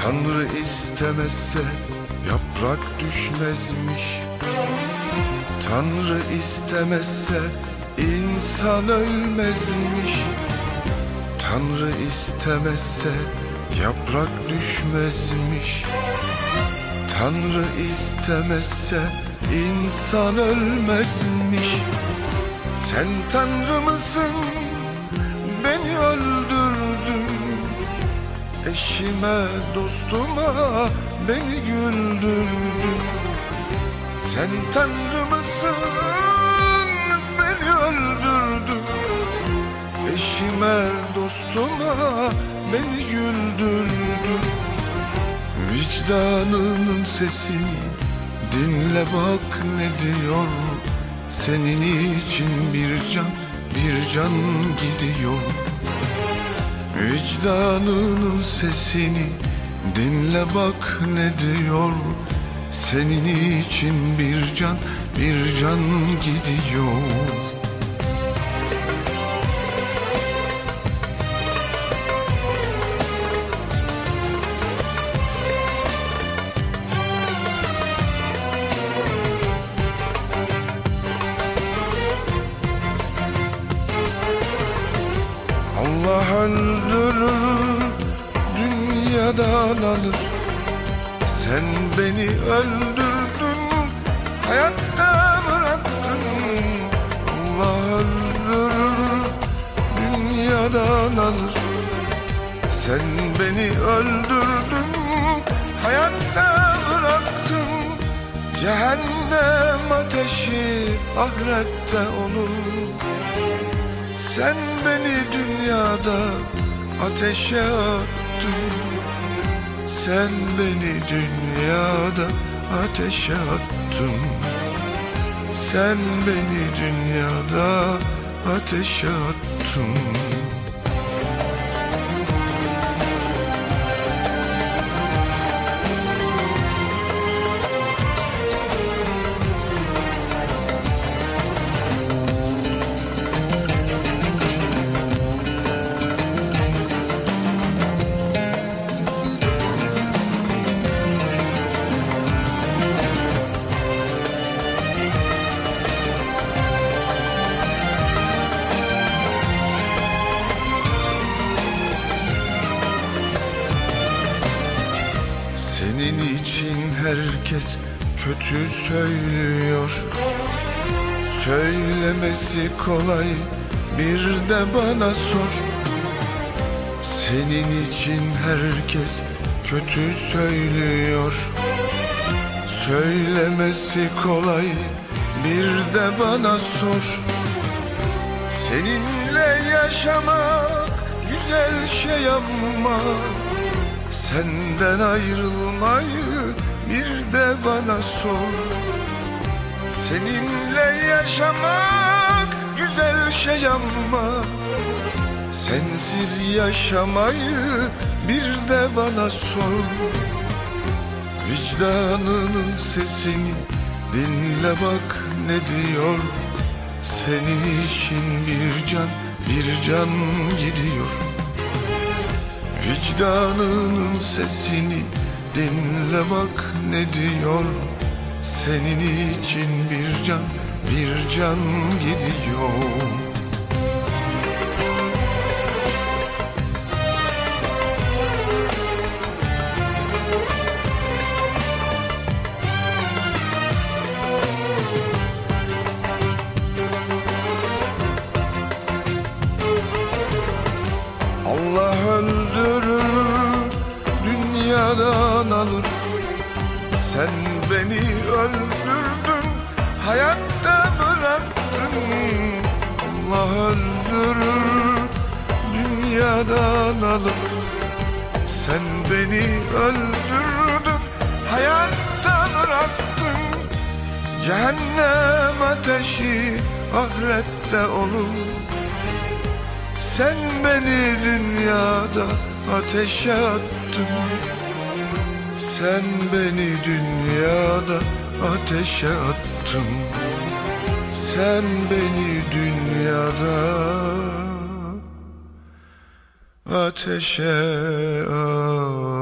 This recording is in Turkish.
Tanrı istemezse yaprak düşmezmiş. Tanrı istemezse insan ölmezmiş. Tanrı istemezse yaprak düşmezmiş. Tanrı istemezse insan ölmezmiş. Sen Tanrı mısın? Beni öldürdün. Eşime, dostuma beni güldürdün. Sen Tanrı mısın? Beni öldürdün. Eşime, dostuma beni güldürdün. Vicdanının sesini dinle bak ne diyor. Senin için bir can gidiyor. Vicdanının sesini dinle bak ne diyor. Senin için bir can gidiyor. Allah öldürür, dünyadan alır. Sen beni öldürdün, hayatta bıraktın. Allah öldürür, dünyadan alır. Sen beni öldürdün, hayatta bıraktın. Cehennem ateşi ahirette olur. Sen beni dünyada ateşe attın. Sen beni dünyada ateşe attın. Sen beni dünyada ateşe attın. Senin için herkes kötü söylüyor. Söylemesi kolay, bir de bana sor. Senin için herkes kötü söylüyor. Söylemesi kolay, bir de bana sor. Seninle yaşamak güzel şey ama senden ayrılmayı bir de bana sor. Seninle yaşamak güzel şey ama sensiz yaşamayı bir de bana sor. Vicdanının sesini dinle bak ne diyor. Senin için bir can gidiyor. Vicdanının sesini dinle bak ne diyor. Senin için bir can gidiyor. Allah öldürür, dünyadan alır. Sen beni öldürdün, hayatta bıraktın. Allah öldürür, dünyadan alır. Sen beni öldürdün, hayatta bıraktın. Cehennem ateşi ahirette olur. Sen beni dünyada ateşe attın. Sen beni dünyada ateşe attın. Sen beni dünyada ateşe attın.